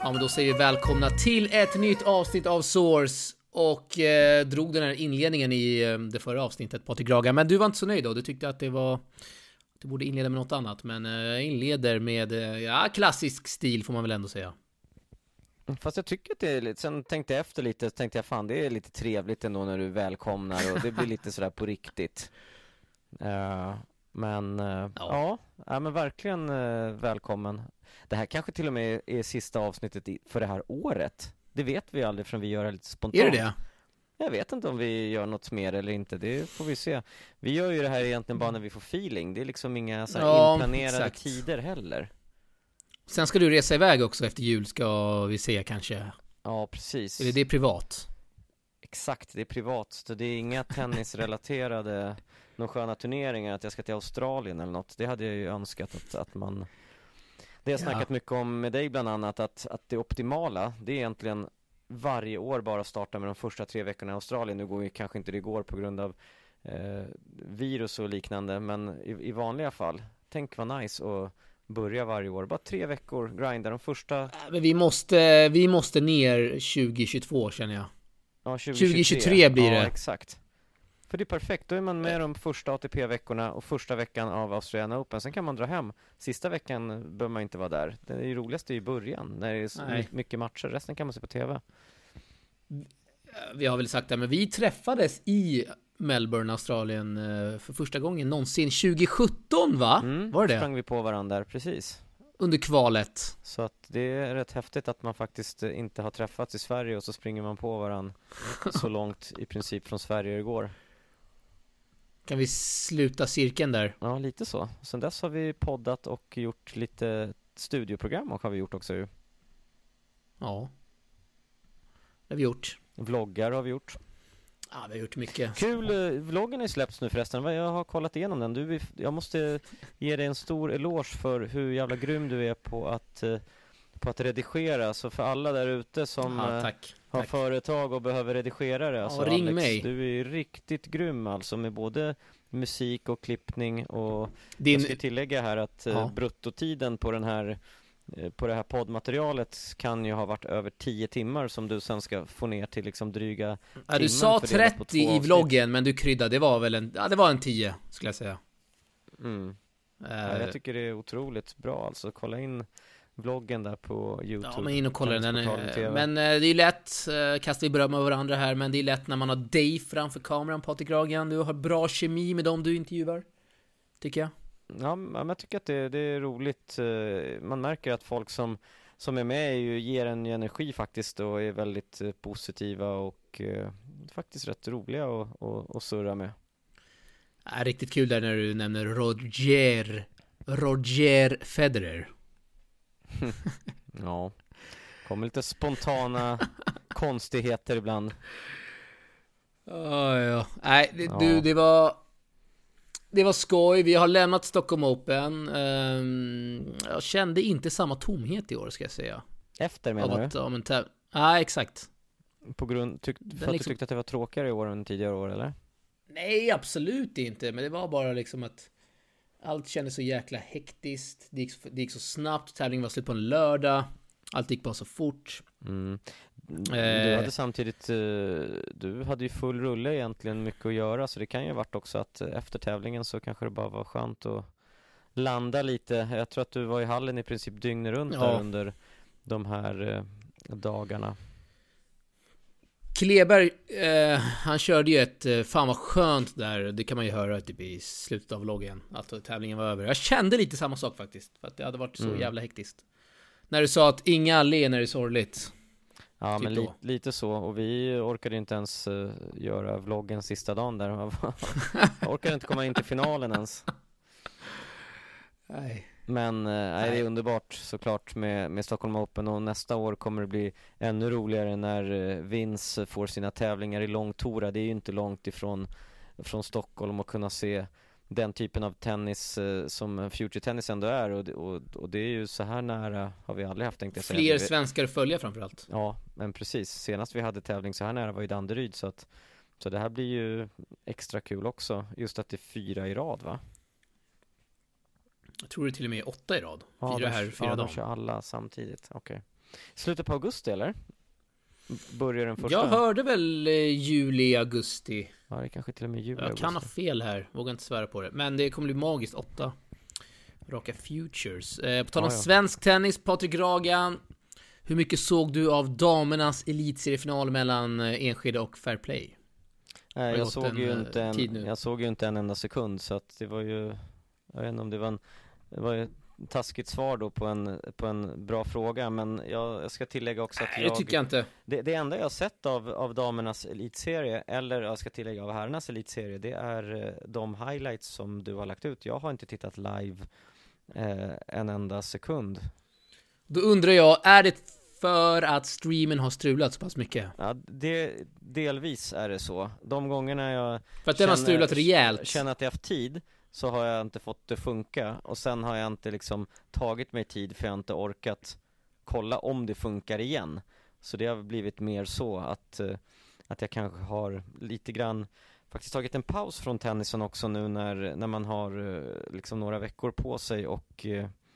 Ja, men då säger vi välkomna till ett nytt avsnitt av Source. Och drog den här inledningen i det förra avsnittet, Patrik Graga. Men du var inte så nöjd då? Du tyckte att det borde inleda med något annat. Men inleder med klassisk stil får man väl ändå säga. Fast jag tycker att det är lite, sen tänkte jag efter lite, så tänkte jag fan det är lite trevligt ändå när du välkomnar och det blir lite sådär på riktigt. Men verkligen välkommen. Det här kanske till och med är sista avsnittet för det här året. Det vet vi aldrig förrän vi gör det lite spontant. Är det det? Jag vet inte om vi gör något mer eller inte. Det får vi se. Vi gör ju det här egentligen bara när vi får feeling. Det är liksom inga så här inplanerade tider heller. Sen ska du resa iväg också efter jul, ska vi se kanske. Ja, precis. Eller det är privat. Exakt, det är privat. Så det är inga tennisrelaterade några sköna turneringar, att jag ska till Australien eller något. Det hade jag ju önskat att man... Det har jag snackat mycket om med dig bland annat, att det optimala, det är egentligen varje år bara starta med de första 3 veckorna i Australien. Nu går ju kanske inte det går på grund av virus och liknande, men i vanliga fall, tänk vad nice och börja varje år. Bara 3 veckor, grinda de första... Men vi måste ner 2022 känner jag. Ja, 2023 blir det. Ja, exakt. För det är perfekt, då är man med de första ATP-veckorna och första veckan av Australian Open. Sen kan man dra hem. Sista veckan behöver man inte vara där. Det är ju roligast i början, när det är så mycket matcher. Resten kan man se på TV. Vi har väl sagt det, men vi träffades i Melbourne, Australien för första gången någonsin 2017, va? Var det? Sprang vi på varandra där, precis. Under kvalet. Så att det är rätt häftigt att man faktiskt inte har träffats i Sverige och så springer man på varandra så långt i princip från Sverige igår. Kan vi sluta cirkeln där? Ja, lite så. Sen dess har vi poddat och gjort lite studioprogram och har vi gjort också ju. Ja. Det har vi gjort. Vloggar har vi gjort. Ja, vi har gjort mycket. Kul, vloggen är släppts nu förresten. Jag har kollat igenom den. Jag måste ge dig en stor eloge för hur jävla grym du är på att redigera. Så för alla där ute som har företag och behöver redigera det. Alltså, ring Alex, mig. Du är riktigt grym alltså med både musik och klippning. Och jag ska tillägga här att bruttotiden på det här poddmaterialet kan ju ha varit över 10 timmar som du sen ska få ner till liksom dryga timmar. Du sa 30 i vloggen, men du kryddade, det var väl en 10 skulle jag säga. Jag tycker det är otroligt bra, alltså kolla in vloggen där på YouTube. Ja, men in och kolla den. Men det är lätt, kastar vi beröm av varandra här, men det är lätt när man har dig framför kameran, Patrik Gragan. Du har bra kemi med dem du intervjuar, tycker jag. Ja, men jag tycker att det är roligt. Man märker att folk som är med ger en energi faktiskt och är väldigt positiva och faktiskt rätt roliga att surra med. Riktigt kul där när du nämner Roger Federer. Ja, kommer lite spontana konstigheter ibland. Ja. Nej, det var skoj. Vi har lämnat Stockholm Open. Jag kände inte samma tomhet i år, ska jag säga. Efter menar du? Nej, exakt. På grund för att du tyckte att det var tråkigare i år än tidigare år, eller? Nej, absolut inte. Men det var bara liksom att allt kändes så jäkla hektiskt. Det gick så snabbt. Tävlingen var slut på en lördag. Allt gick bara så fort. Du hade samtidigt du hade ju full rulle egentligen, mycket att göra. Så det kan ju ha varit också att efter tävlingen så kanske det bara var skönt att landa lite. Jag tror att du var i hallen i princip dygnet runt där under de här dagarna. Kleberg, han körde ju ett fan vad skönt där. Det kan man ju höra typ i slutet av vloggen, att tävlingen var över. Jag kände lite samma sak faktiskt, för att det hade varit så jävla hektiskt. När du sa att inga ler när det är sorgligt. Ja, typ men lite så. Och vi orkade inte ens göra vloggen sista dagen där. Jag orkade inte komma in till finalen ens. Nej. Men det är underbart såklart med Stockholm Open. Och nästa år kommer det bli ännu roligare när Vince får sina tävlingar i Långtora. Det är ju inte långt ifrån Stockholm, och kunna se den typen av tennis som Future Tennis ändå är, och det är ju så här nära har vi aldrig haft, tänkte jag säga. Fler svenskar att följa framförallt. Ja, men precis. Senast vi hade tävling så här nära var i Danderyd, så det här blir ju extra kul också, just att det är 4 i rad, va? Jag tror det till och med är 8 i rad. 4 här, 4 de dam. kör alla samtidigt, okej. Slutet på augusti eller? Börjar den första? Jag hörde väl juli, augusti. Ja, det kanske till och med juli. Jag kan ha fel här, vågar inte svära på det. Men det kommer bli magiskt, 8 raka futures. På tal om svensk tennis, Patrik Ragan. Hur mycket såg du av damernas elitseriefinal mellan Enskede och Fair Play? Nej, jag såg ju inte en enda sekund, så att det var ju, jag vet inte om det var ju taskigt svar då på en bra fråga, men jag ska tillägga också att det tycker jag inte. Det enda jag har sett av damernas elitserie, eller jag ska tillägga av herrarnas elitserie, det är de highlights som du har lagt ut. Jag har inte tittat live en enda sekund. Då undrar jag, är det för att streamen har strulat så pass mycket? Ja, delvis är det så. De gångerna jag för att den har strulat rejält. Känner att jag haft tid, så har jag inte fått det funka. Och sen har jag inte liksom tagit mig tid, för jag har inte orkat kolla om det funkar igen. Så det har blivit mer så att jag kanske har lite grann faktiskt tagit en paus från tennisen också nu när man har liksom några veckor på sig och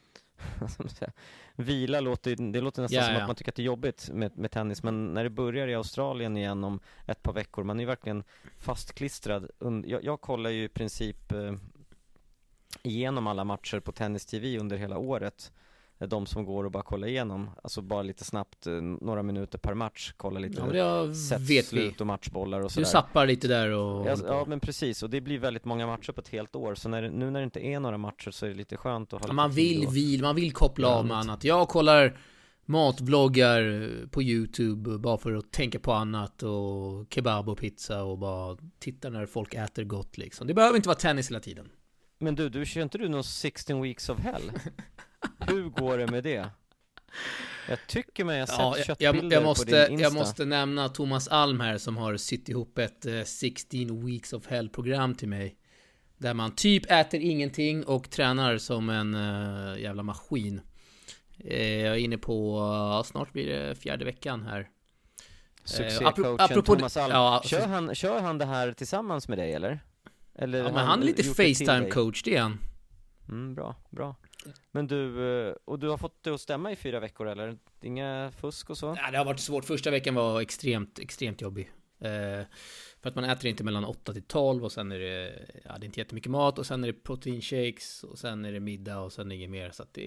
vila det låter nästan som att man tycker att det är jobbigt med tennis, men när det börjar i Australien igen om ett par veckor, man är verkligen fastklistrad. Jag kollar ju i princip igenom alla matcher på Tennis TV under hela året, de som går och bara kolla igenom, alltså bara lite snabbt, några minuter per match, kolla lite slut och matchbollar och sådär. Du zappar lite där och... Ja, men precis, och det blir väldigt många matcher på ett helt år, så nu när det inte är några matcher så är det lite skönt att ha man vill koppla av med annat. Jag kollar matvloggar på YouTube bara för att tänka på annat, och kebab och pizza, och bara titta när folk äter gott liksom. Det behöver inte vara tennis hela tiden. Men du kör inte du någon 16 weeks of hell? Hur går det med det? Jag tycker mig ha sett köttbilder på din Insta. Jag måste nämna Thomas Alm här, som har sytt ihop ett 16 weeks of hell-program till mig. Där man typ äter ingenting och tränar som en jävla maskin. Jag är inne på, snart blir det 4:e veckan här. Succécoachen Thomas Alm. Ja, kör han det här tillsammans med dig eller? Ja, men han är lite FaceTime-coach, det är han. Bra. Men du har fått det att stämma i 4 veckor eller? Inga fusk och så? Ja, det har varit svårt. Första veckan var extremt jobbig. För att man äter inte mellan 8 till 12, och sen är det, det är inte jättemycket mat, och sen är det proteinshakes, och sen är det middag, och sen inget mer. Så att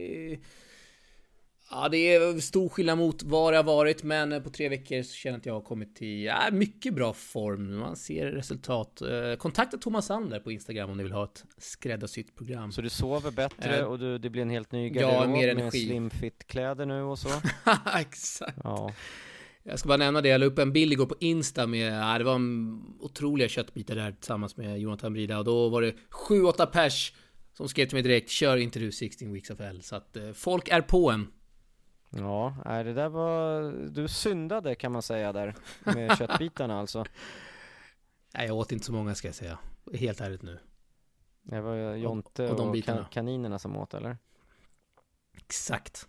det är stor skillnad mot vad det har varit, men på 3 veckor så känner jag att jag har kommit till mycket bra form. Man ser resultat. Kontakta Thomas Sander på Instagram om ni vill ha ett skräddarsytt program. Så du sover bättre och det blir en helt ny garderob med slimfit-kläder nu och så? Exakt. Ja. Jag ska bara nämna det, jag la upp en bild igår på Insta med, det var en otroliga köttbitar där tillsammans med Jonathan Brida, och då var det 7-8 pers som skrev till mig direkt, kör inte du 16 weeks of hell, så att folk är på en. Ja, det där var... Du syndade kan man säga där med köttbitarna alltså. Nej, jag åt inte så många ska jag säga. Helt ärligt nu. Det var Jonte och kaninerna som åt, eller? Exakt.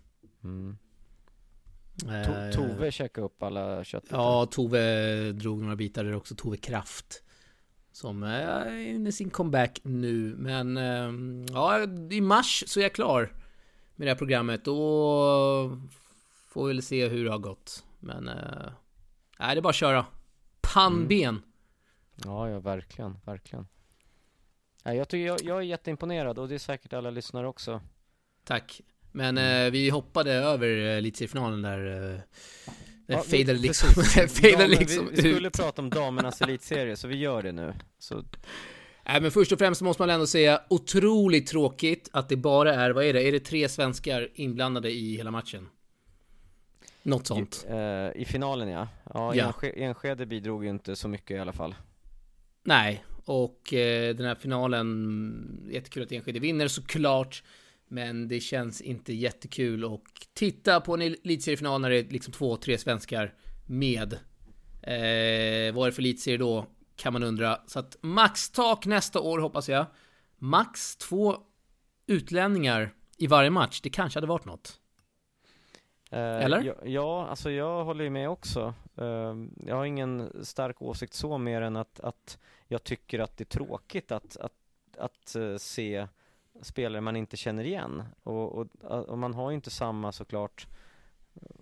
Tove käkade upp alla köttbitar. Ja, Tove drog några bitar där också. Tove Kraft. Som är i sin comeback nu. Men i mars så är jag klar med det här programmet, och får väl se hur det har gått. Men det är bara att köra pannben. Ja, verkligen. Jag är jätteimponerad, och det är säkert alla lyssnare också. Tack. Men vi hoppade över elitseriefinalen där. Fejdade liksom vi skulle prata om damernas elitserie, så vi gör det nu. Så... men först och främst måste man ändå säga otroligt tråkigt att det bara är, vad är det? Är det 3 svenskar inblandade i hela matchen? Något sånt. I finalen, ja. Enskede bidrog ju inte så mycket i alla fall. Nej, och den här finalen, jättekul att Enskede vinner såklart, men det känns inte jättekul att titta på en elitseriefinal när det är liksom 2-3 svenskar med. Vad är det för elitserie då? Kan man undra. Så att maxtak nästa år hoppas jag. Max 2 utlänningar i varje match. Det kanske hade varit något. Eller? Ja, alltså jag håller ju med också. Jag har ingen stark åsikt så, mer än att jag tycker att det är tråkigt att se spelare man inte känner igen. Och man har ju inte samma såklart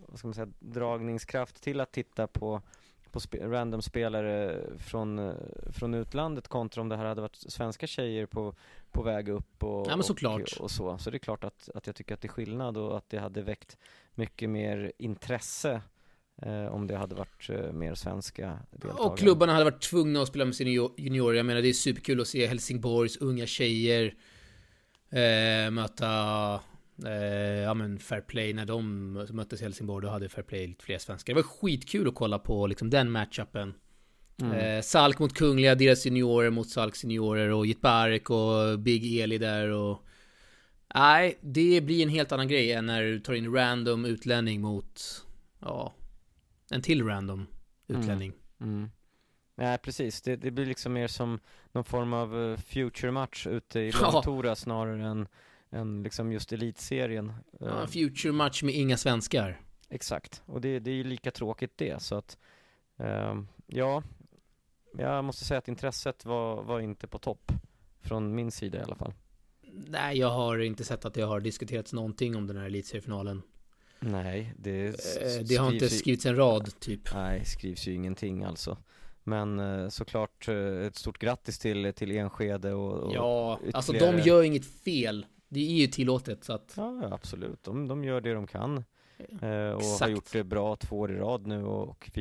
vad ska man säga, dragningskraft till att titta på random spelare från utlandet kontra om det här hade varit svenska tjejer på väg upp och, ja, men såklart. och så. Så det är klart att jag tycker att det är skillnad och att det hade väckt mycket mer intresse om det hade varit mer svenska deltagare. Och klubbarna hade varit tvungna att spela med sina juniorer. Jag menar, det är superkul att se Helsingborgs unga tjejer möta ja, men Fair Play. När de möttes i Helsingborg, då hade Fair Play lite fler svenskar. Det var skitkul att kolla på liksom, den matchupen. Salk mot Kungliga, deras juniorer mot Salks juniorer, och Jitbarek och Big Eli där. Och nej, det blir en helt annan grej än när du tar in random utlänning mot en till random utlänning. Nej, precis. Det blir liksom mer som någon form av future-match ute i Långtora snarare än liksom just elitserien. Ja, en future-match med inga svenskar. Exakt. Och det är ju lika tråkigt det. Så att, ja, jag måste säga att intresset var inte på topp. Från min sida i alla fall. Nej, jag har inte sett att det har diskuterats någonting om den här elitseriefinalen. Nej, det har inte skrivits en rad typ. Nej, skrivs ju ingenting alltså. Men såklart ett stort grattis till Enskede och ja, ytterligare... alltså de gör inget fel. Det är ju tillåtet så att... Ja, absolut. De gör det de kan. Och Exakt. har gjort det bra 2 år i rad nu. Och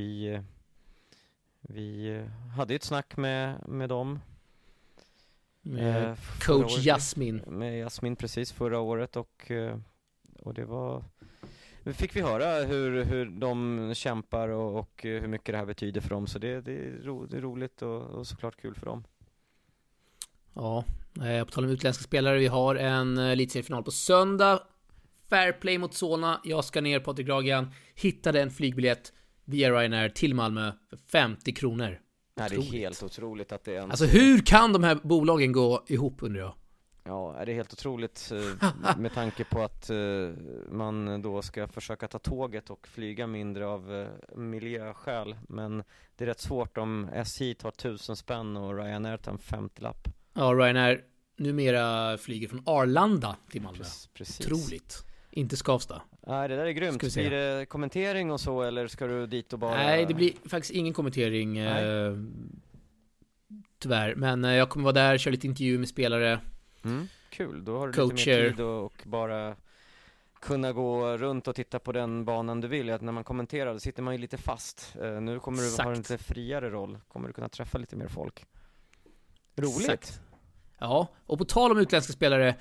vi hade ett snack med dem. Coach Jasmin. Med Jasmin precis förra året. Och det var... Fick vi höra hur de kämpar och hur mycket det här betyder för dem. Så det är roligt och såklart kul för dem. Ja, på tal om utländska spelare, vi har en elitseriefinal på söndag. Fair Play mot Solna. Jag ska ner, Patrik Gragan. Hittade en flygbiljett via Ryanair till Malmö för 50 kronor. Nej, det är helt otroligt att det är Alltså hur kan de här bolagen gå ihop, undrar jag? Ja, det är helt otroligt med tanke på att man då ska försöka ta tåget och flyga mindre av miljöskäl. Men det är rätt svårt om SJ tar 1000 spänn och Ryanair tar en 50-lapp. Ja, Ryanair numera flyger från Arlanda till Malmö. Precis. Otroligt. Inte Skavsta. Nej, det där är grymt. Blir det kommentering och så, eller ska du dit och bara... Nej, det blir faktiskt ingen kommentering. Tyvärr. Men jag kommer vara där, köra lite intervju med spelare. Kul, då har du coacher. Lite mer tid och bara kunna gå runt och titta på den banan du vill. Att när man kommenterar då sitter man ju lite fast. Nu kommer du ha en lite friare roll. Kommer du kunna träffa lite mer folk. Roligt. Exakt. Ja, och på tal om utländska spelare,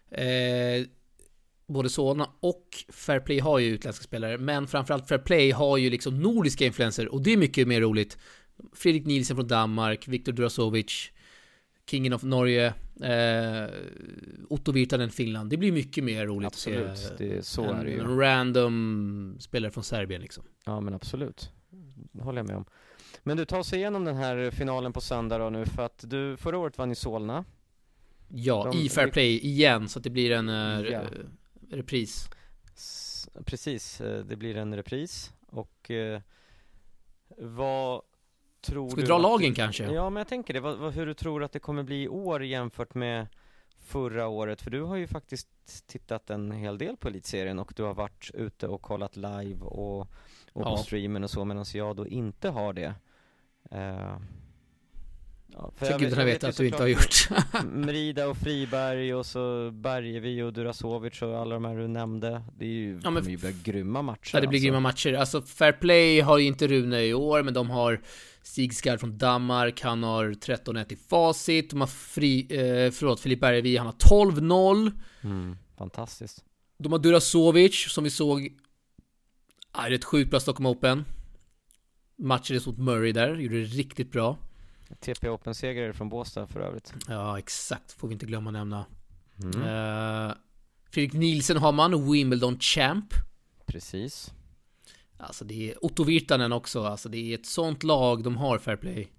både Solna och Fair Play har ju utländska spelare, men framförallt Fair Play har ju liksom nordiska influenser, och det är mycket mer roligt. Fredrik Nielsen från Danmark, Viktor Durasovic, Kingen of Norge, Otto Virtanen Finland. Det blir mycket mer roligt. Absolut, att se det är så är det ju. En random spelare från Serbien liksom. Ja, men absolut. Det håller jag med om. Men du, tar sig igenom den här finalen på söndag då nu, för att du förra året vann i Solna. Ja, i Fair Play igen, så att det blir en repris. Precis, det blir en repris. Och vad tror Ska vi du dra lagen kanske? Ja, men jag tänker det. Hur du tror att det kommer bli i år jämfört med förra året? För du har ju faktiskt tittat en hel del på elitserien och du har varit ute och kollat live och på streamen och så, medan jag då inte har det. För jag vet att du inte har gjort. Merida och Friberg och så Bergevi och Durasovic och alla de här du nämnde. Det är ju, kommer ju bli grymma matcher. Ja, det blir grymma matcher. Alltså Fair Play har ju inte Rune i år, men de har Sigsgaard från Danmark. Han har 13-1 i facit. De har Filip Bergevi, han har 12-0. Fantastiskt. De har Durasovic som vi såg är ett sjukt bra Stockholm Open. Matchades mot Murray där, gjorde det riktigt bra. TP Open-segrare från Båstad för övrigt. Ja, exakt. Får vi inte glömma nämna. Fredrik Nielsen har man, Wimbledon champ. Precis. Alltså det är Otto Virtanen också. Alltså det är ett sånt lag de har, Fair Play.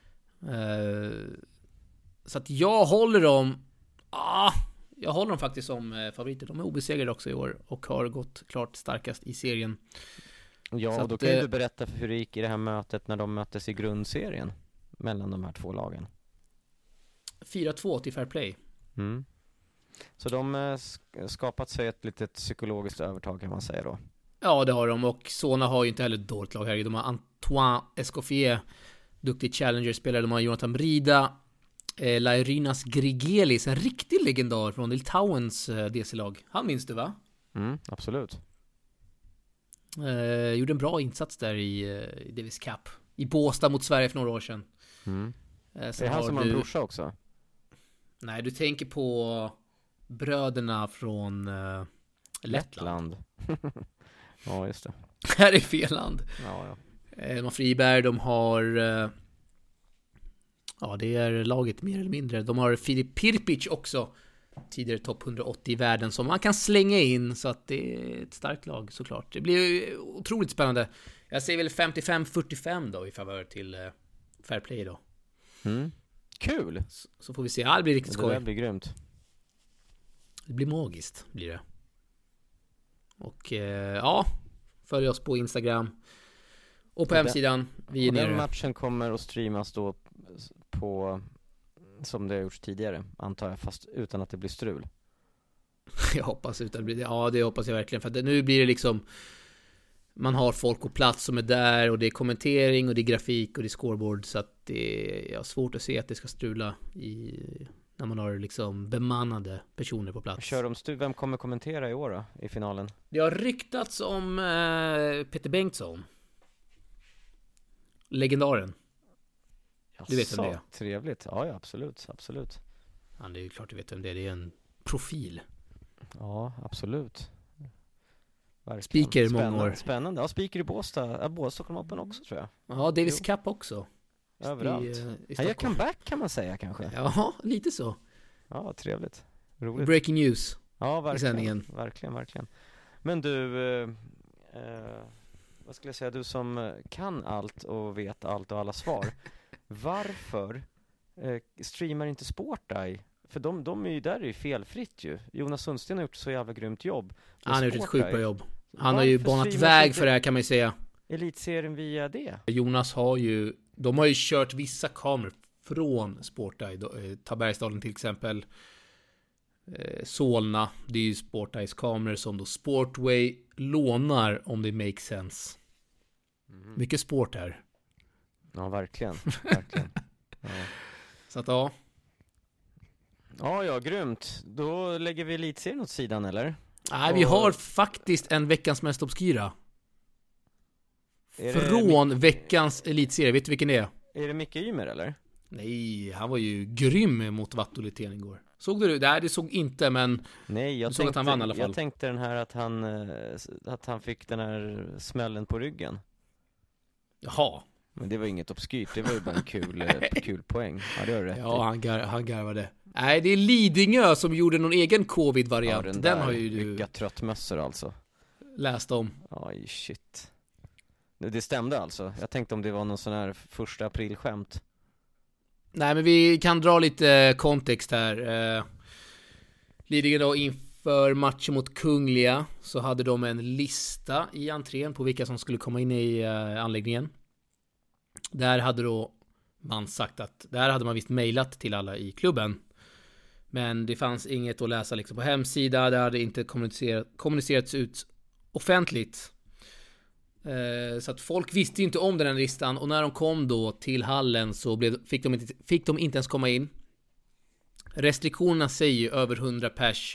Så att jag håller dem... jag håller dem faktiskt som favoriter. De är obesegrade också i år och har gått klart starkast i serien. Ja, så och då kan du berätta hur det gick i det här mötet när de möttes i grundserien mellan de här två lagen. 4-2 till Fair Play. Så de skapat sig ett litet psykologiskt övertag, kan man säga då. Ja, det har de. Och Sona har ju inte heller ett dåligt lag här. De har Antoine Escoffier, duktig challenger-spelare. De har Jonathan Brida, Lairinas Grigelis, en riktig legendar från Litauens DC-lag. Han minns du, va? Absolut. Gjorde en bra insats där i Davis Cup. I Båstad mot Sverige för några år sedan. Är han som har en brorsa också? Nej, du tänker på bröderna från Lettland. Ja, just det. Här är fel land. Ja. De har Friberg, de har det är laget mer eller mindre. De har Filip Pirpic också, tidigare topp 180 i världen, som man kan slänga in, så att det är ett starkt lag såklart. Det blir otroligt spännande. Jag säger väl 55-45 då i favör till Fair Play då. Kul! Så får vi se. Det blir riktigt skoj. Det blir grymt. Det blir magiskt, blir det. Och följ oss på Instagram och på hemsidan. Vi är nere. Den matchen kommer att streamas då på, som det har gjorts tidigare, antar jag, fast utan att det blir strul. Jag hoppas utan det. Ja, det hoppas jag verkligen. För att nu blir det liksom, man har folk på plats som är där, och det är kommentering och det är grafik och det är scoreboard, så att det är svårt att se att det ska strula när man har liksom bemannade personer på plats. Vem kommer kommentera i år då, i finalen? Det har ryktats om Peter Bengtsson, legendaren. Du vet vem det är? Trevligt. Ja, absolut. Ja, det är ju klart du vet vem det är. Det är en profil. Ja, absolut. Verkligen. Speaker i många år. Spännande. Ja, speaker i Båstad. Båstad kommer upp också, tror jag. Ja, Davis Cup också. Överallt. Han gör comeback, kan man säga kanske. Ja, lite så. Ja, trevligt. Roligt. Breaking news. Ja, verkligen. I sändningen. Verkligen. Men du, vad skulle jag säga, du som kan allt och vet allt och alla svar. Varför streamar inte Sporteye? För de är ju där, är ju felfritt ju. Jonas Sundsten har gjort så jävla grymt jobb. Han har gjort ett sjukt bra jobb. Han har ju banat väg för det här, kan man ju säga. Elitserien via det. Jonas har ju kört vissa kameror från Sporteye. Tabergsdalen till exempel. Solna, det är ju Sporteyes kameror som då Sportway lånar, om det makes sense. Mycket sport här. Ja, verkligen. Ja. Så att ja. Ja, grymt. Då lägger vi elitserien åt sidan, eller? Nej, vi har faktiskt en veckans mest obskyra. Från veckans elitserie. Vet du vilken det är? Är det Micke Ymer, eller? Nej, han var ju grym mot Vattulitén igår. Såg du det? Nej, det såg inte, men nej, jag såg att han vann i alla fall. Jag tänkte den här att han fick den här smällen på ryggen. Jaha. Men det var inget obskyrt, det var ju bara en kul poäng. Ja, det har du rätt. Ja, han garvade. Nej, det är Lidingö som gjorde någon egen covid-variant. Ja, den har ju du vilka tröttmössor alltså. Läst om. Aj, shit. Det stämde alltså. Jag tänkte om det var någon sån här 1 april-skämt. Nej, men vi kan dra lite kontext här. Lidingö då, inför matchen mot Kungliga så hade de en lista i entrén på vilka som skulle komma in i anläggningen. Där hade då man sagt att där hade man visst mejlat till alla i klubben. Men det fanns inget att läsa liksom på hemsida. Det hade inte kommunicerats ut offentligt. Så att folk visste ju inte om den här listan. Och när de kom då till hallen så fick de inte ens komma in. Restriktionerna säger ju över 100 pers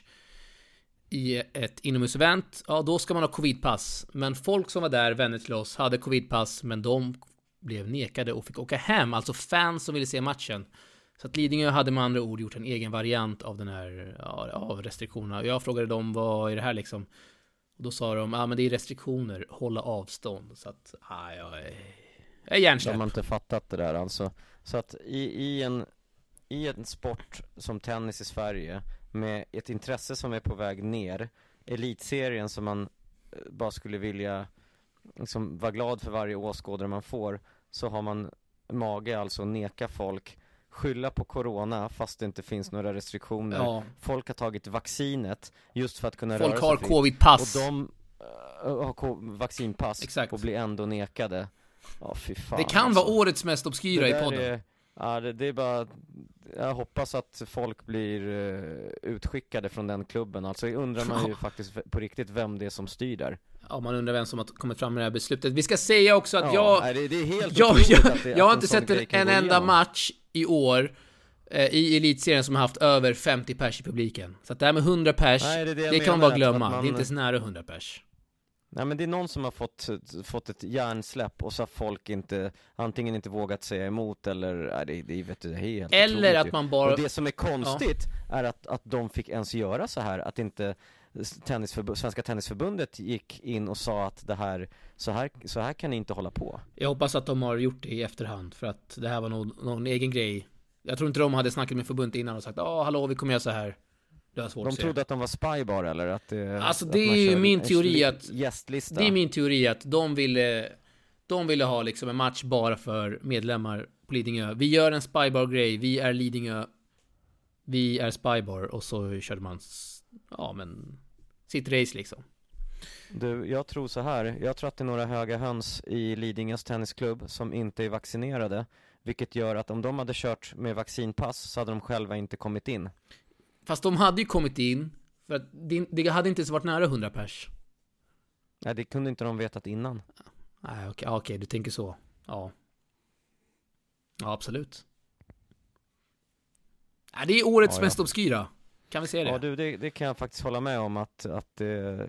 i ett inomhusevent. Ja, då ska man ha covidpass. Men folk som var där, vänner till oss, hade covidpass. Men de blev nekade och fick åka hem. Alltså fans som ville se matchen. Så att Lidingö hade med andra ord gjort en egen variant av den här av restriktionerna. Jag frågade dem, vad är det här liksom? Och då sa de, men det är restriktioner, hålla avstånd. Så att, jag är hjärnsläpp. De har inte fattat det där alltså. Så att i en sport som tennis i Sverige, med ett intresse som är på väg ner, elitserien som man bara skulle vilja liksom vara glad för varje åskådare man får, så har man mage alltså att neka folk, skylla på corona fast det inte finns några restriktioner. Ja. Folk har tagit vaccinet just för att kunna röra sig fritt. Folk har covidpass. Och de har vaccinpass. Exakt. Och blir ändå nekade. Ja, fy fan. Det kan vara årets mest obskyra i podden. Det är bara, jag hoppas att folk blir utskickade från den klubben. Alltså undrar man ju faktiskt på riktigt vem det är som styr där. Ja, man undrar vem som har kommit fram med det här beslutet. Vi ska säga också att det är helt otroligt att jag har inte sett en enda match i år i elitserien som har haft över 50 pers i publiken. Så att det här med 100 pers, det kan man bara glömma. Det är inte så nära 100 pers. Nej, men det är någon som har fått ett hjärnsläpp och så har folk antingen inte vågat säga emot eller det vet du, helt eller att man bara... Och det som är konstigt är att de fick ens göra så här, att inte Svenska Tennisförbundet gick in och sa att det här så här kan ni inte hålla på. Jag hoppas att de har gjort det i efterhand, för att det här var någon egen grej. Jag tror inte de hade snackat med förbundet innan och sagt hallå, vi kommer göra så här. De trodde att de var spybar eller att alltså det är ju min teori att gästlista. Det är min teori att de ville ha liksom en match bara för medlemmar på Lidingö. Vi gör en spybar-grej, vi är Lidingö, vi är spybar, och så körde man sitt race liksom. Du, jag tror så här. Jag tror att det är några höga höns i Lidingös tennisklubb som inte är vaccinerade, vilket gör att om de hade kört med vaccinpass så hade de själva inte kommit in. Fast de hade ju kommit in, för att det hade inte ens varit nära 100 pers. Nej, det kunde inte de vetat innan. Nej, okej, du tänker så. Ja, absolut. Det är årets mest obskyra. Kan vi säga det? Ja, du, det kan jag faktiskt hålla med om att det är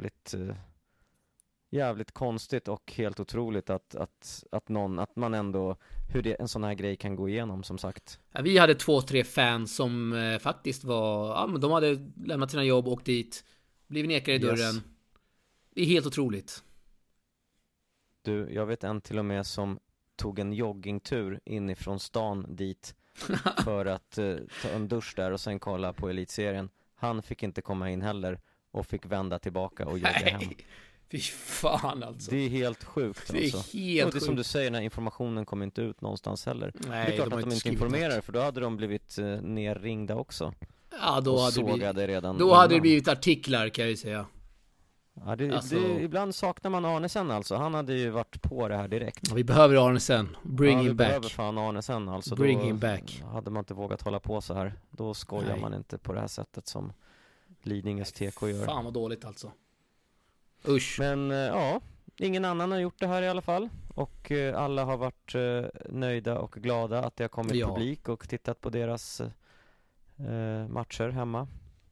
jävligt konstigt och helt otroligt att man ändå, en sån här grej kan gå igenom, som sagt. Ja, vi hade 2-3 fans som faktiskt var, men de hade lämnat sina jobb och åkt dit, blivit nekade i dörren. Yes. Det är helt otroligt. Du, jag vet en till och med som tog en joggingtur inifrån stan dit för att ta en dusch där och sen kolla på elitserien. Han fick inte komma in heller och fick vända tillbaka och jogga hem. Fy fan alltså. Det är helt sjukt. Det är alltså. helt och det är som du säger, när informationen kommer inte ut någonstans heller. Nej, det är klart att de inte informerar, för då hade de blivit nerringda också. Ja, då hade det blivit artiklar, kan jag ju säga. Ja, ibland saknar man Arnesen alltså. Han hade ju varit på det här direkt. Ja, vi behöver Arnesen. Bring him back. Vi behöver fan Arnesen alltså. Bring him back. Hade man inte vågat hålla på så här. Då skojar man inte på det här sättet som Lidingös TK gör. Fan vad dåligt alltså. Usch. Men ingen annan har gjort det här i alla fall. Och alla har varit nöjda och glada att det har kommit publik och tittat på deras matcher hemma.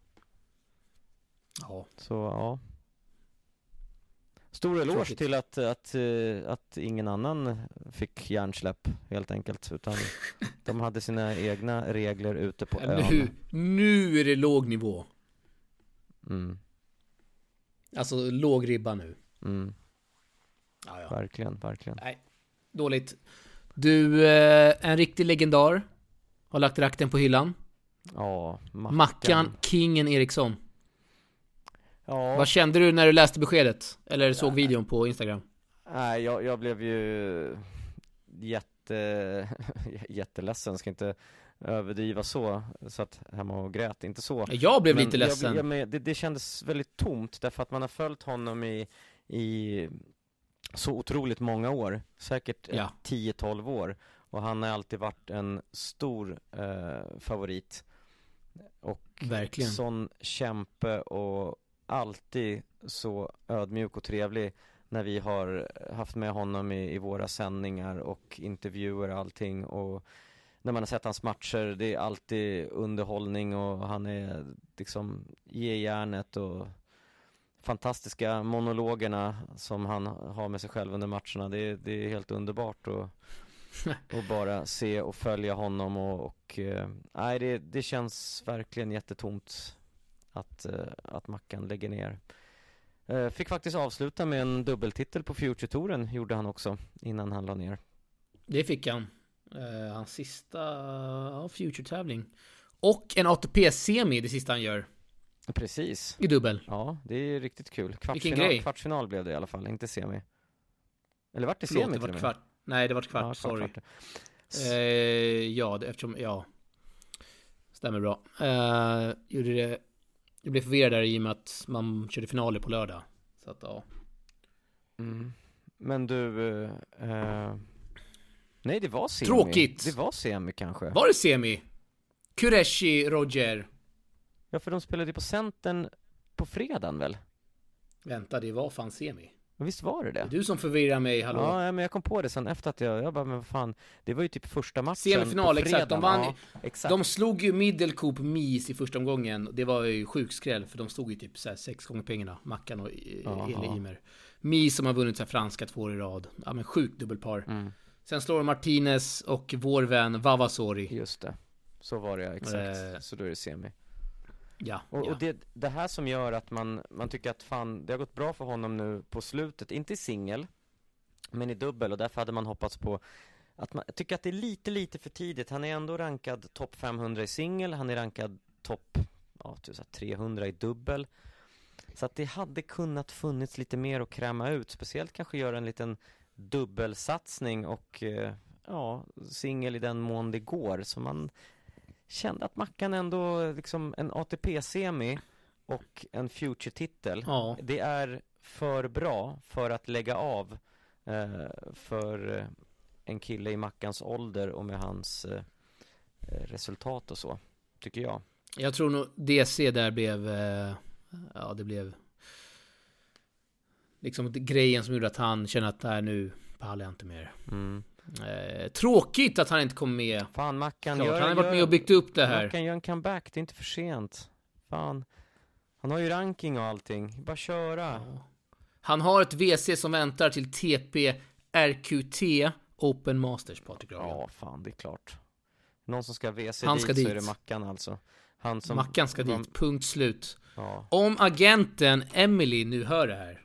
Ja. Så ja. Stor eloge till att ingen annan fick hjärnsläpp helt enkelt, utan de hade sina egna regler ute på ön. Nu är det låg nivå. Mm. Alltså låg ribba nu. Mm. Ja. Verkligen. Nej, dåligt. Du, en riktig legendar har lagt rakten på hyllan. Ja, Mackan Kingen Eriksson. Ja. Vad kände du när du läste beskedet? Eller såg videon på Instagram? Nej, jag blev ju jätteledsen. Ska inte överdriva så att hemma och grät, inte så. Jag blev lite ledsen. Det kändes väldigt tomt, därför att man har följt honom i så otroligt många år. Säkert 10-12 år. Och han har alltid varit en stor favorit. Och verkligen sån kämpe och alltid så ödmjuk och trevlig när vi har haft med honom i våra sändningar och intervjuer och allting. Och när man har sett hans matcher, det är alltid underhållning och han är liksom ge järnet, och fantastiska monologerna som han har med sig själv under matcherna. Det är helt underbart och bara se och följa honom och det känns verkligen jättetomt att Mackan lägger ner. Fick faktiskt avsluta med en dubbeltitel på Future-touren, gjorde han också innan han la ner. Det fick han. Hans sista Future-tävling. Och en ATP-semi, det sista han gör. Precis. I dubbel. Ja, det är riktigt kul. Kvartsfinal blev det i alla fall, inte semi. Eller vart det semi till och med? Nej, det var kvart, sorry. Stämmer bra. Jag blev förvirrad där i och med att man körde finaler på lördag. Så att, ja. Mm. Men du... nej, det var semi. Tråkigt. Det var semi kanske. Var det semi? Kureshi, Roger. Ja, för de spelade på Centern på fredagen väl? Vänta, det var fan semi. Men visst var det Det är det? du som förvirrar mig, hallå. Ja, men jag kom på det sen efter att jag bara, men vad fan, det var ju typ första matchen Semifinal, på exakt. De vann, exakt. de slog ju Middelkoop Mies i första omgången. Det var ju sjukskräll, för de stod ju typ så här 6 gånger pengarna. Mackan och Eli Ymer. Mies som har vunnit så här franska 2 år i rad. Ja, men sjukt dubbelpar. Sen slår de Martinez och vår vän Vavasori. Just det. Så var det, exakt. Så då är det semi. Ja, Och det här som gör att man tycker att fan, det har gått bra för honom nu på slutet, inte i singel men i dubbel, och därför hade man hoppats på att man tycker att det är lite för tidigt. Han är ändå rankad topp 500 i singel, han är rankad topp 300 i dubbel, så att det hade kunnat funnits lite mer att kräma ut, speciellt kanske göra en liten dubbelsatsning och singel i den mån det går, så man kände att Mackan ändå liksom en ATP-semi och en Future-titel. Ja. Det är för bra för att lägga av för en kille i Mackans ålder och med hans resultat och så, tycker jag. Jag tror nog DC där blev det blev liksom grejen som gjorde att han kände att där nu pallar jag inte mer. Tråkigt att han inte kom med. Fan, Mackan han har varit med och byggt upp det här. Mackan gör en comeback, det är inte för sent. Fan. Han har ju ranking och allting. Bara köra. Ja. Han har ett WC som väntar till TP RQT Open Masters, Patrik Ragen. Ja, fan, det är klart. Någon som ska WC han ska dit. så är det Mackan alltså. Mackan ska dit, punkt slut. Ja. Om agenten Emily nu hör det här,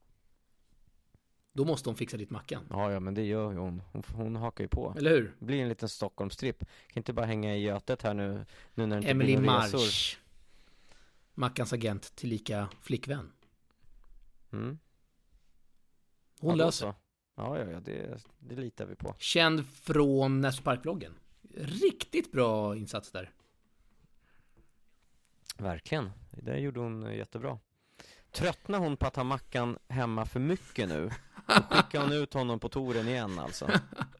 då måste hon fixa ditt Mackan. Ja, men det gör ju hon. Hon hakar ju på. Eller hur? Det blir en liten Stockholmstrip. Kan inte bara hänga i Götet här nu när det inte Emily blir några resor. Marsch. Mackans agent, tillika flickvän. Hon löser. Ja, det litar vi på. Känd från Näsbypark-vloggen. Riktigt bra insats där. Verkligen. Det där gjorde hon jättebra. Tröttnar hon på att ha Mackan hemma för mycket nu? Då skickar hon ut honom på touren igen alltså.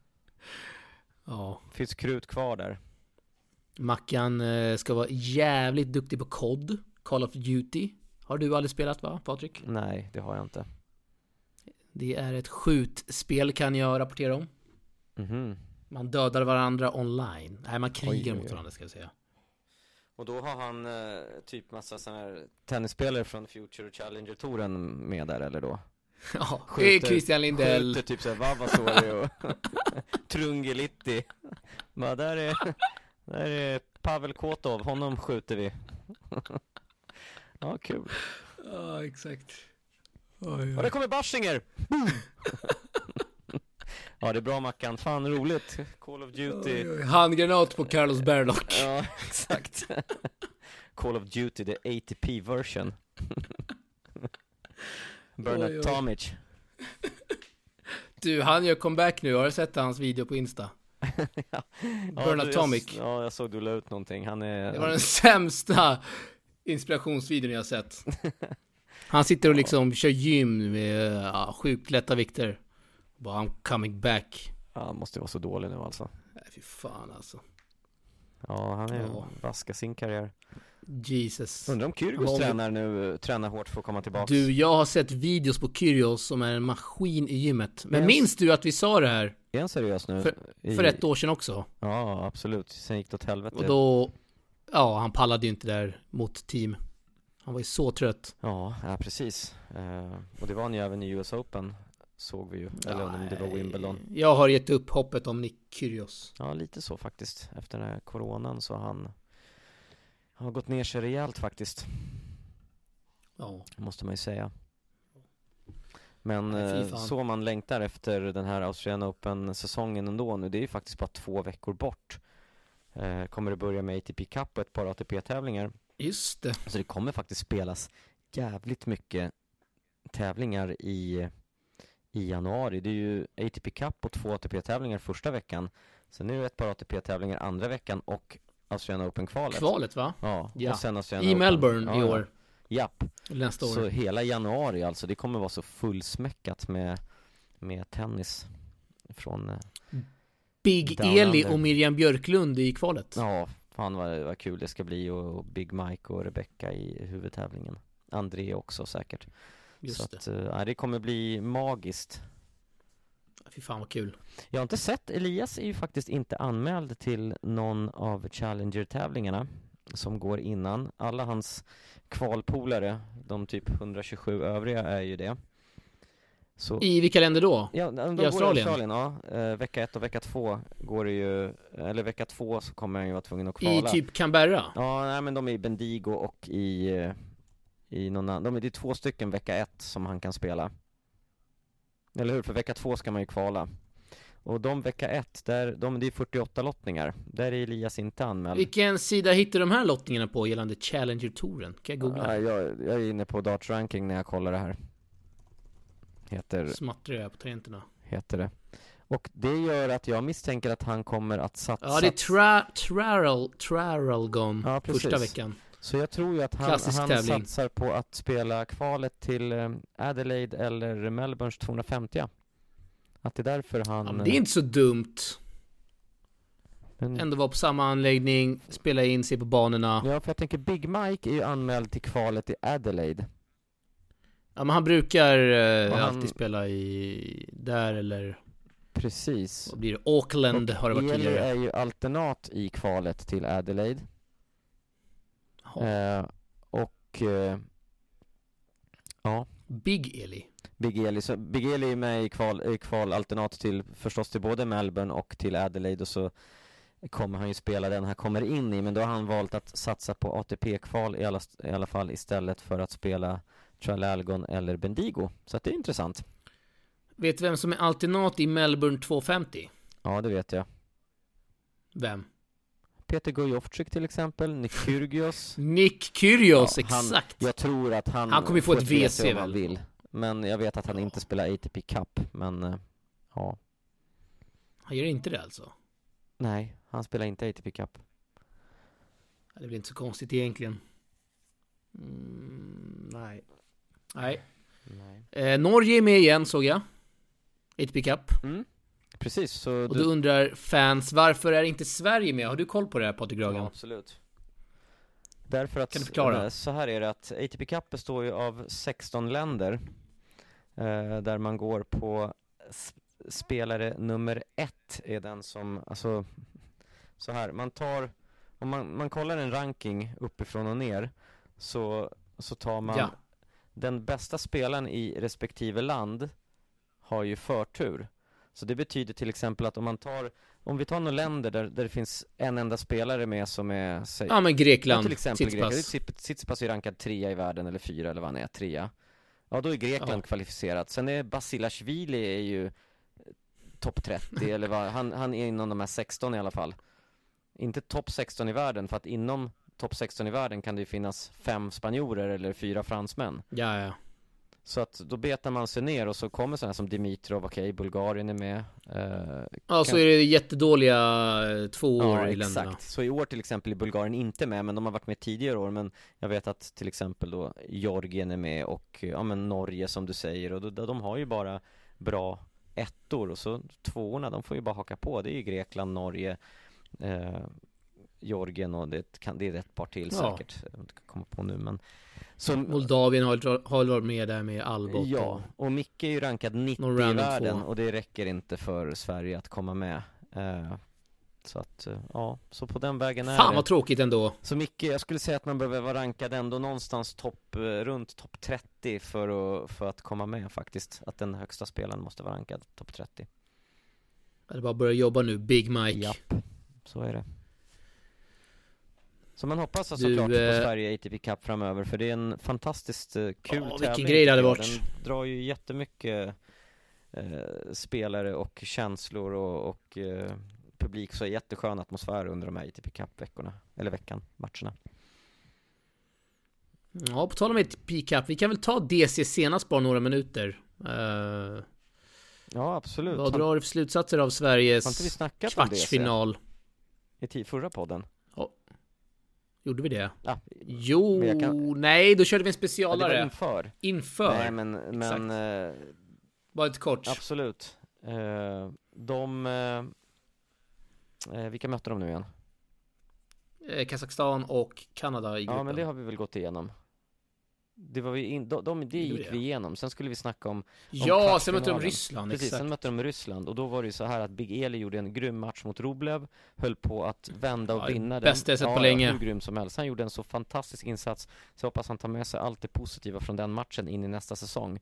Ja. Finns krut kvar där. Mackan ska vara jävligt duktig på COD, Call of Duty. Har du aldrig spelat, va, Patrik? Nej, det har jag inte. Det är ett skjutspel, kan jag rapportera om. Man dödar varandra online. Nej, man krigar mot varandra, ska jag säga. Och då har han typ massa sådana här tennisspelare från Future Challenger-touren med där, eller då? Ja, det är Christian Lindell. Skjuter typ såhär Vavasori och Trungelitti. Men där är Pavel Kotov, honom skjuter vi. Ja, kul. Ja, exakt. Och det kommer Bashinger. Ja, det är bra, Mackan. Fan, roligt. Call of Duty. Handgranat på Carlos Berlock. Ja, exakt. Call of Duty, the ATP version. Bernard Tomic. Du, han gör comeback nu. Har du sett hans video på Insta? Ja. Bernard Tomic. Ja, jag såg du la ut någonting. Det var den sämsta inspirationsvideon jag sett. Han sitter och liksom kör gym med sjukt lätta vikter. Bara, I'm coming back. Ja, han måste vara så dålig nu alltså. Nej, fy fan alltså. Ja, han är vaska sin karriär. Jesus. Undrar om Kyrgios tränar hårt för att komma tillbaka. Du, jag har sett videos på Kyrgios som är en maskin i gymmet. Men minns du att vi sa det här? Är han seriös nu? För 1 år sedan också. Ja, absolut. Sen gick det åt helvete. Och då, han pallade ju inte där mot team. Han var ju så trött. Ja, precis. Och det var han ju även i US Open, såg vi ju. Eller om det var Wimbledon. Jag har gett upp hoppet om Nick Kyrgios. Ja, lite så faktiskt. Efter den här coronan så han har gått ner sig rejält faktiskt. Ja. Måste man ju säga. Men så man längtar efter den här Australian Open-säsongen ändå nu. Det är ju faktiskt bara 2 veckor bort. Kommer det börja med ATP Cup och ett par ATP-tävlingar. Just det. Så det kommer faktiskt spelas jävligt mycket tävlingar i januari. Det är ju ATP Cup och 2 ATP-tävlingar första veckan. Sen nu är det ett par ATP-tävlingar andra veckan och Australian Open-kvalet. Kvalet, va? Ja. Och sen i Open. Melbourne i år. Japp. Nästa år. Så hela januari alltså, det kommer vara så fullsmäckat med tennis från Big Eli och Miriam Björklund i kvalet. Ja, fan vad kul det ska bli, och Big Mike och Rebecca i huvudtävlingen. André också säkert. just så att, det kommer bli magiskt. Fy fan vad kul. Jag har inte sett, Elias är ju faktiskt inte anmäld till någon av Challenger-tävlingarna som går innan. Alla hans kvalpolare, de typ 127 övriga, är ju det. Så, I vilka länder då? ja, de I Australien? Går i Australien, ja. Vecka 1 och vecka 2 går det ju, eller vecka 2 så kommer han ju vara tvungen att kvala. I typ Canberra? Ja, nej, men de är i Bendigo och i någon annan. Det är 2 stycken vecka 1 som han kan spela. Eller hur? För vecka 2 ska man ju kvala. Och de vecka 1, det är 48 lottningar. Där är Elias inte anmäld. Vilken sida hittar de här lottningarna på gällande Challenger-touren? Kan jag googla? Ja, jag är inne på Darts Ranking när jag kollar det här. Smattrar jag på tangenterna. Heter det. Och det gör att jag misstänker att han kommer att satsa. Ja, det är Traralgon, ja, första veckan. Så jag tror ju att han satsar på att spela kvalet till Adelaide eller Melbournes 250. Att det är därför han... Ja, men det är inte så dumt. Ändå vara på samma anläggning, spela in, se på banorna. Ja, för jag tänker Big Mike är ju anmäld till kvalet i Adelaide. Ja, men han brukar alltid spela där eller... Precis. Vad blir det? Auckland har det varit Eli tidigare. är ju alternat i kvalet till Adelaide. Ja. Big Eli. Big Eli är med i kvalalternat till förstås till både Melbourne och till Adelaide, och så kommer han ju spela den här kommer in i, men då har han valt att satsa på ATP-kval i alla fall istället för att spela Traralgon eller Bendigo. Så att det är intressant. Vet du vem som är alternat i Melbourne 250? Ja, det vet jag. Vem? Peter Gojovcik till exempel, Nick Kyrgios. Nick Kyrgios, exakt. Jag tror att han kommer få ett WC om han vill. Men jag vet att han inte spelar ATP Cup, men ja. Han gör inte det alltså? Nej, han spelar inte ATP Cup. Det är väl inte så konstigt egentligen. Nej. Norge är med igen, såg jag. ATP Cup. Precis. Så och då undrar fans, varför är inte Sverige med? Har du koll på det här, Patrik Gragan? Ja, absolut. Därför att, kan du förklara? Så här är det att ATP Cup består ju av 16 länder. Där man går på spelare nummer 1 är den som, alltså så här, om man kollar en ranking uppifrån och ner, så tar man den bästa spelaren i respektive land har ju förtur. Så det betyder till exempel att om vi tar några länder där det finns en enda spelare med som är... Ja, men Grekland, till exempel Tsitsipas är rankad 3 i världen eller 4 eller vad han är, 3. Ja, då är Grekland kvalificerat. Sen är Basilashvili är ju topp 30 eller vad, han är inom de här 16 i alla fall. Inte topp 16 i världen, för att inom topp 16 i världen kan det ju finnas 5 spanjorer eller 4 fransmän. Ja. Så att då betar man sig ner och så kommer sådana som Dimitrov, Bulgarien är med. Så är det jättedåliga 2 år i länderna. Exakt. Så i år till exempel är Bulgarien inte med, men de har varit med tidigare år. Men jag vet att till exempel då Georgien är med och men Norge som du säger. Och de har ju bara bra ettor, och så 2orna, de får ju bara haka på. Det är ju Grekland, Norge, Georgien och det är ett par till säkert. Jag inte komma på nu, men Moldavien har varit med där med Albot. Ja, och Micke är ju rankad 90 i världen, och det räcker inte för Sverige att komma med. Så att, så på den vägen är Fan vad tråkigt ändå. Så Micke, jag skulle säga att man behöver vara rankad ändå någonstans runt topp 30 för att komma med faktiskt. Att den högsta spelaren måste vara rankad topp 30. Det bara börja jobba nu, Big Mike. Japp, så är det. Så man hoppas såklart på Sverige ATP Cup framöver, för det är en fantastiskt kul tävling. Vilken grej det hade varit. Den drar ju jättemycket spelare och känslor och publik, så är jätteskön atmosfär under de här ATP Cup-veckorna, eller matcherna. Ja, på tal om ATP Cup, vi kan väl ta DC senast bara några minuter. Ja, absolut. Vad drar du för slutsatser av Sveriges kvartsfinal? I förra podden. Gjorde vi det? Ja. Jo, nej, då körde vi en specialare. Ja, det var inför. Nej, men bara lite kort. Absolut. Vilka möter de nu igen? Kazakstan och Kanada i gruppen. Ja, men det har vi väl gått igenom. det gick vi igenom. Sen skulle vi snacka om sen mötte de Ryssland. Precis, exakt. sen mötte de Ryssland. Och då var det ju så här att Big Eli gjorde en grym match mot Rublev. Höll på att vända och vinna den. Bästa jag sett på länge. Hur grym som helst. Han gjorde en så fantastisk insats. Så jag hoppas han tar med sig allt det positiva från den matchen in i nästa säsong.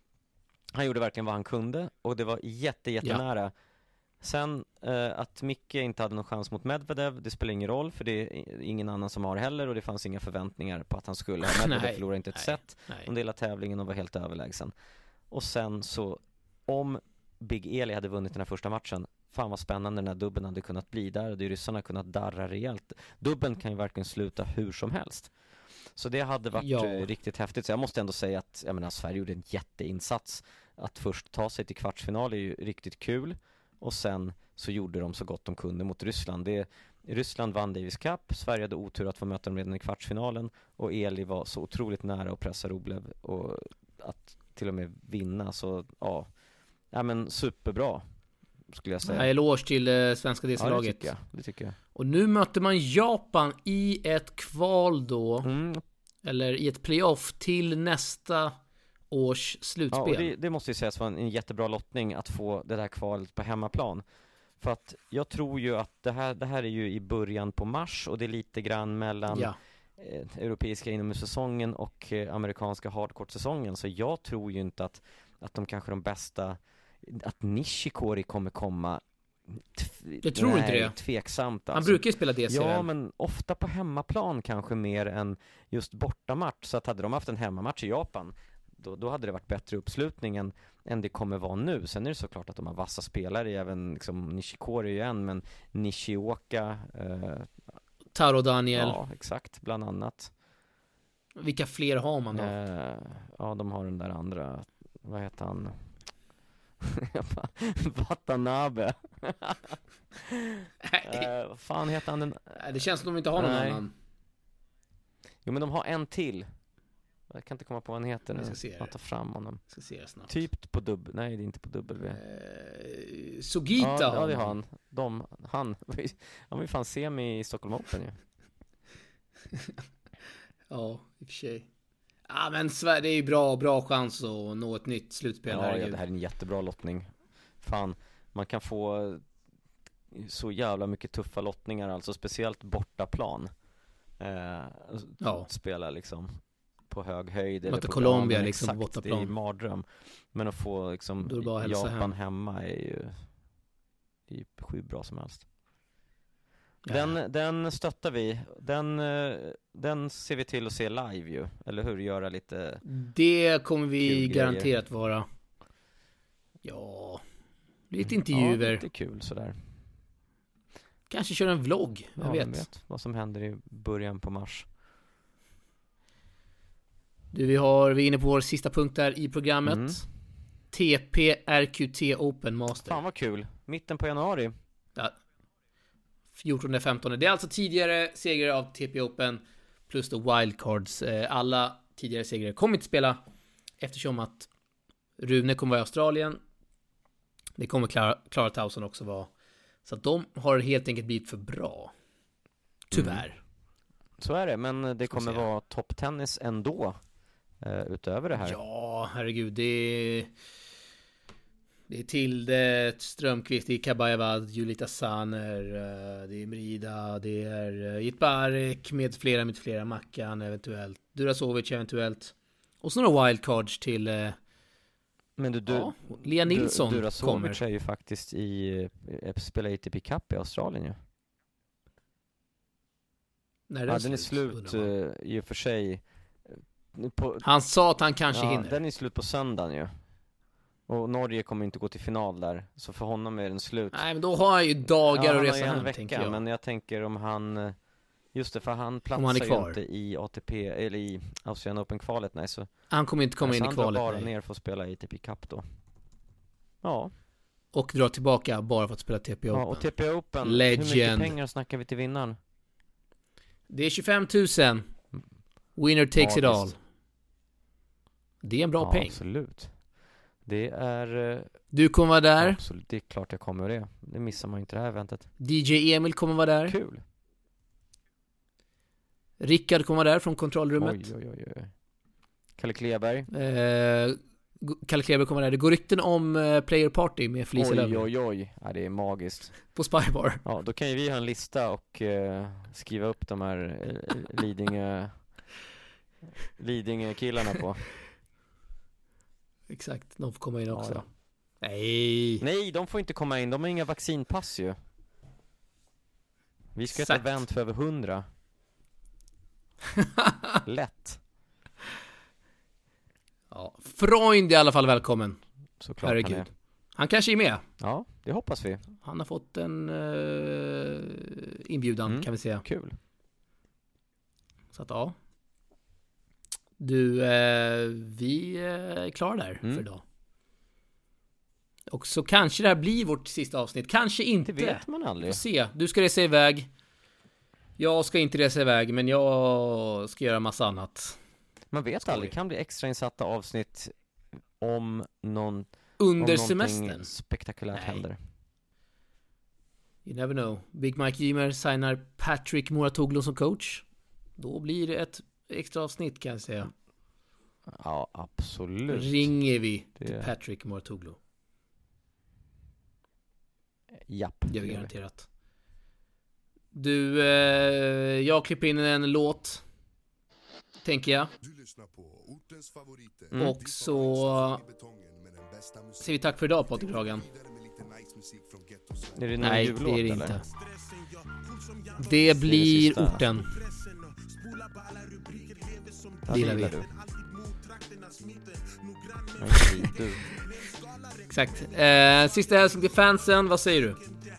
Han gjorde verkligen vad han kunde. Och det var jättenära. Sen att Micke inte hade någon chans mot Medvedev, det spelar ingen roll, för det är ingen annan som har heller, och det fanns inga förväntningar på att han skulle. Medvedev förlorade inte ett set under hela tävlingen och var helt överlägsen. Och sen så, om Big Eli hade vunnit den här första matchen, fan vad spännande den här dubben hade kunnat bli. Där hade ju ryssarna kunnat darra rejält. Dubben kan ju verkligen sluta hur som helst. Så det hade varit riktigt häftigt. Så jag måste ändå säga att Sverige gjorde en jätteinsats. Att först ta sig till kvartsfinal är ju riktigt kul. Och sen så gjorde de så gott de kunde mot Ryssland. Ryssland vann Davis Cup. Sverige hade otur att få möta dem redan i kvartsfinalen. Och Eli var så otroligt nära att pressa Rublev och att till och med vinna. Så men superbra skulle jag säga. Eloge till svenska DC-laget. Ja, det tycker jag. Och nu möter man Japan i ett kval då. Eller i ett playoff till nästa års slutspel. Ja, och det måste ju sägas vara en jättebra lottning att få det där kvalet på hemmaplan. För att jag tror ju att det här är ju i början på mars, och det är lite grann mellan europeiska inomhussäsongen och amerikanska hardcourt-säsongen. Så jag tror ju inte att de kanske de bästa, att Nishikori kommer komma. Jag tror inte det. Tveksamt. Han brukar ju spela DC. Ja, men ofta på hemmaplan kanske mer än just bortamatch. Så att hade de haft en hemmamatch i Japan, då hade det varit bättre uppslutning än det kommer vara nu. Sen är det såklart att de har vassa spelare, även liksom Nishikori igen, men Nishioka, Taro Daniel. Ja, exakt, bland annat. Vilka fler har man då? De har den där andra, vad heter han? Watanabe. Vad fan heter han? Det känns som de inte har någon annan. Jo, men de har en till. Jag kan inte komma på vad han heter nu. Jag tar fram honom. Ska se det snabbt. Typ på dubbel. Nej, det är inte på dubbel. Sugita. Ja, det har han. Han var ju fan semi i Stockholm Open ju. Ja, i och för sig. Ja, men det är ju bra chans att nå ett nytt slutspel. Ja, det här är en jättebra lottning. Fan, man kan få så jävla mycket tuffa lottningar, alltså speciellt bortaplan. Spela liksom på hög höjd eller på Colombia liksom på bortaplan. Det är mardröm. Men att få liksom Japan hemma är ju sjukt bra som helst. Den stöttar vi. Den ser vi till att se live ju. Eller hur? Göra lite. Det kommer vi garanterat vara. Ja. Lite intervjuer. Lite kul sådär. Kanske köra en vlogg. Vem vet vad som händer i början på mars. Vi är inne på vår sista punkt där i programmet. TP RQT Open Master. Fan vad kul. Mitten på januari. Ja. 14-15. Det är alltså tidigare segrare av TP Open plus då wildcards. Alla tidigare segrare kommer inte spela eftersom att Rune kommer vara i Australien. Det kommer Clara Tauson också vara. Så att de har helt enkelt blivit för bra. Tyvärr. Så är det, men det kommer vara topptennis ändå utöver det här. Ja, herregud. Det är Tilde Strömqvist, det är Kabaevad, Julita Saner, det är Merida, det är Jitbarek med flera, Mackan eventuellt, Durasovic eventuellt. Och så några wildcards till men Lea Nilsson Durasovic är ju faktiskt spelar ATP Cup i Australien ju. När den är slut i och för sig. Han sa att han kanske hinner. Den är slut på söndagen ju. Och Norge kommer inte gå till final där. Så för honom är den slut. Nej, men då har han ju dagar att resa hem, tänker jag. Men jag tänker om han... Just det, för han platsar ju inte i ATP eller i Australian Open-kvalet. Nej, så han kommer inte komma in i kvalet. Han bara ner för att spela ATP Cup då. Ja. Och dra tillbaka bara för att spela TP Open. Ja, och TP Open. Legend. Hur mycket pengar snackar vi till vinnaren? Det är 25 000. Winner takes it all. Det är en bra peng. Absolut. Det är... Du kommer vara där. Absolut, det är klart jag kommer det. Det missar man inte det här eventet. DJ Emil kommer vara där. Kul. Rickard kommer vara där från kontrollrummet. Oj. Kalle Kleberg. Kalle Kleber kommer där. Det går rykten om Player Party med Felicia Löfgren. Oj. Ja, det är magiskt. På Spybar. Ja, då kan ju vi ha en lista och skriva upp de här Lidingö-killarna på. Exakt, de får komma in också. Ja. Nej, de får inte komma in. De har inga vaccinpass ju. Vi ska ha ett event för över 100. Lätt. Ja, Freund är i alla fall välkommen. Såklart. Herregud. Han kanske är med. Ja, det hoppas vi. Han har fått en inbjudan kan vi säga. Kul. Så att ja. Du, vi är klara där för idag. Och så kanske det här blir vårt sista avsnitt. Kanske inte. Det vet man aldrig. Se, du ska resa iväg. Jag ska inte resa iväg, men jag ska göra massa annat. Man vet aldrig. Det kan bli extrainsatta avsnitt om under semestern. Spektakulärt händer. You never know. Big Mike Ymer signar Patrick Mouratoglou som coach. Då blir det ett extra avsnitt kan jag säga. Ja, absolut. Ringer vi till Patrick Mouratoglou. Japp. Det är garanterat. Du, jag klipper in en låt. Tänker jag. Och så säger vi tack för idag, Patrik Hagen. Är det nej, jullåt, det är det eller? inte. Det blir det orten. Det gillar vi. Du. Exakt. Sista hälsning till fansen, vad säger du?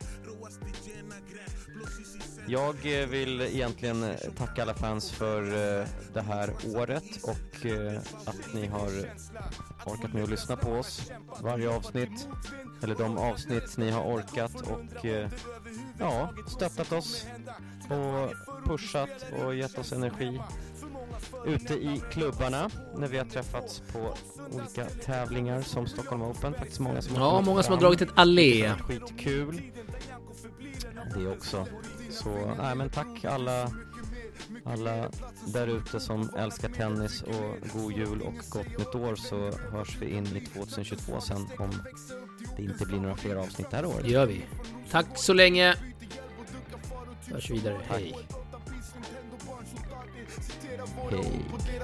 Jag vill egentligen tacka alla fans för det här året och att ni har orkat med att lyssna på oss varje avsnitt, eller de avsnitt ni har orkat och stöttat oss och pushat och gett oss energi ute i klubbarna när vi har träffats på olika tävlingar som Stockholm Open. Faktiskt många som har dragit ett allé. Skitkul. Det också. Så, men tack alla där ute som älskar tennis och god jul och gott nytt år, så hörs vi in i 2022 sen om det inte blir några fler avsnitt det här året. Det gör vi. Tack så länge. Hörs vidare. Hej. Hej.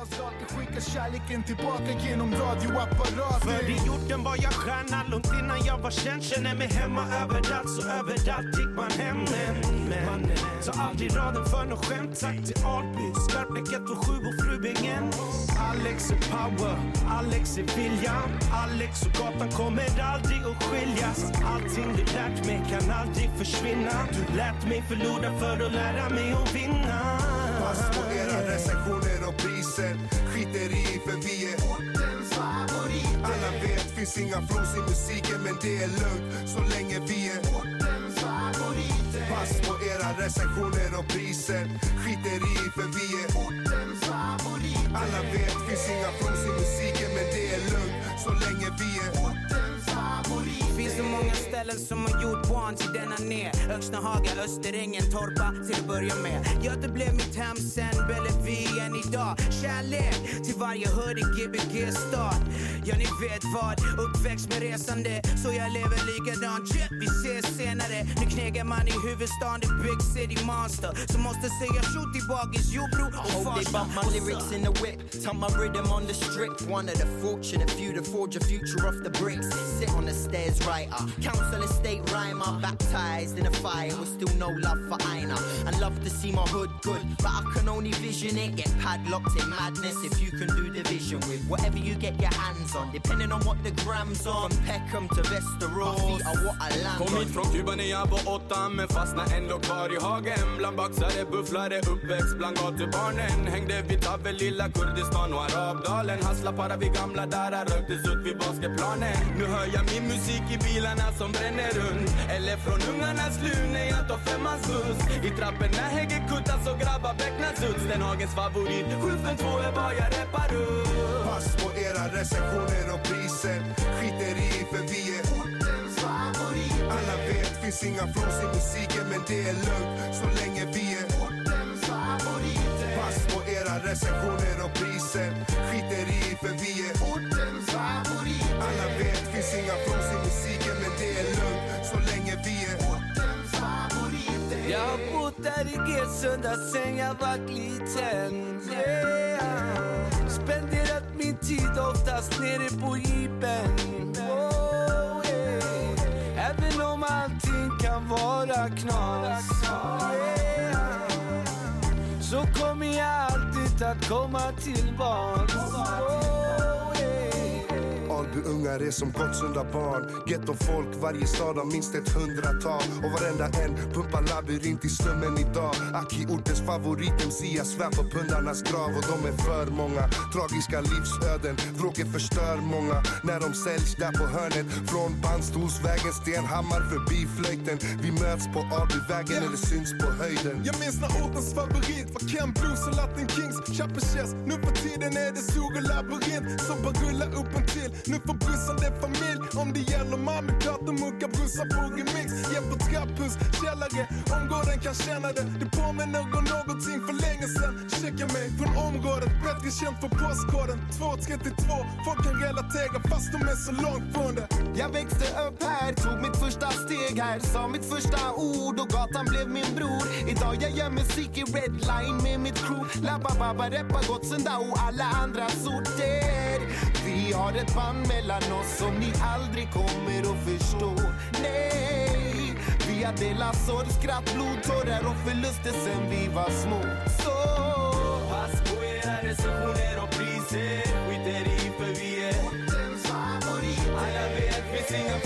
För i jorden var jag stjärna långt innan jag var känd. Känner mig hemma överallt, så överallt gick man hem. Men så aldrig raden för något skämt. Tack till Alby, Skarpnäck 127 och Frubingen. Alex är power, Alex är viljan. Alex och gatan kommer aldrig att skiljas. Allting du lärt mig kan aldrig försvinna. Du lärt mig förlora för att lära mig att vinna. Pass på era recensioner och priser. Skiter i för vi är ortens favorit. Alla vet finns inga fros i musiken, men det är lugnt så länge vi är ortens favorit. Pass på era recensioner och priser. Skiter i för vi är ortens favorit. Alla vet finns inga fros i musiken, men det är lugnt så länge vi är ortens favorit. Finns så många ställen som har gjort barn till denna ner. Öxnahaga, Österängen, Torpa till att börja med. Göte blev mitt hem sen Bellevue än idag. Kärlek till varje hördig Gbg-stad. Ja, ni vet vad, uppväxt med resande, så jag lever likadant. Vi ses senare. Nu knegar man i huvudstaden, the big city monster. Så måste säga shoot till bagis, jordbro och Hope they bump my lyrics in the whip, turn my rhythm on the strip. One of the fortunate few to forge a future off the bricks. Sit on the stairs writer, council estate rhymer. Baptized in a fire with still no love for Aina. I love to see my hood good, but I can only vision it. Get padlocked in madness if you can do division with whatever you get your hands on, depending on what the grams on. From Peckham to Västerås, my feet are what I land on. Kom hit från Kuba när jag var 8, men fastnade ändå kvar i hagen. Bland baxare, bufflare, uppväxt bland gatubarnen. Hängde vid Tabbe, lilla Kurdistan och Arabdalen. Hassla para vid gamla där, röktes ut vid basketplanen. Nu hör jag min musik i bilarna som bränner runt, eller från ungarnas lur när jag tar femmans buss. I trapporna hänger kuttas och grabbar becknas ut. Stenhagens favorit, 752 är vad jag rappar upp. Pass på era recensioner och priser. Skiter i för vi är ortens favorit. Alla vet finns inga fros i musiken, men det är lugnt så länge vi är ortens favorit. Pass på era recensioner och priser. Skiter i Jag har bott där i G-sunda sen jag var liten, yeah. Spenderat min tid oftast nere på Iben, oh, yeah. Även om allting kan vara knas, yeah. Så kommer jag alltid att komma tillbaks, oh, Alby ungar är som Gottsunda barn. Ghetto-folk, varje stad har minst 100-tal. Och varenda en pumpar labyrint i slummen idag. Aki ortens favorit-MC, jag svär på pundarnas grav. Och de är för många, tragiska livsöden. Droger förstör många när de säljs där på hörnet. Från Bandstolsvägen, Stenhammar förbi Flöjten. Vi möts på Albyvägen eller syns på höjden. Jag minns när ortens favorit var Ken Blues och Latin Kings. Chapper Chess, nu för tiden är det stora labyrint som bara rullar upp en till. Nu får brussan det familj. Om det gäller mamma, katt och mucka, brussar på remix. Jämför trapphus, källare, omgården kan känna det. Det påminner om någonting för länge sedan. Checka mig från området, bättre känt för postkoden 232. Folk kan relatera fast de är så långt från det. Jag växte upp här, tog mitt första steg här, sa mitt första ord och gatan blev min bror. Idag jag gör musik i Redline med mitt crew. Labba babba, reppa Gottsunda och alla andra sorter. Vi har ett band mellan oss som ni aldrig kommer att förstå. Nej, vi har delat sorg, skratt, blod, tårar och förluster sen vi var små. Så pass på era recensioner och priser. Skiter i för vi är ortens favorit. Alla vet finns inga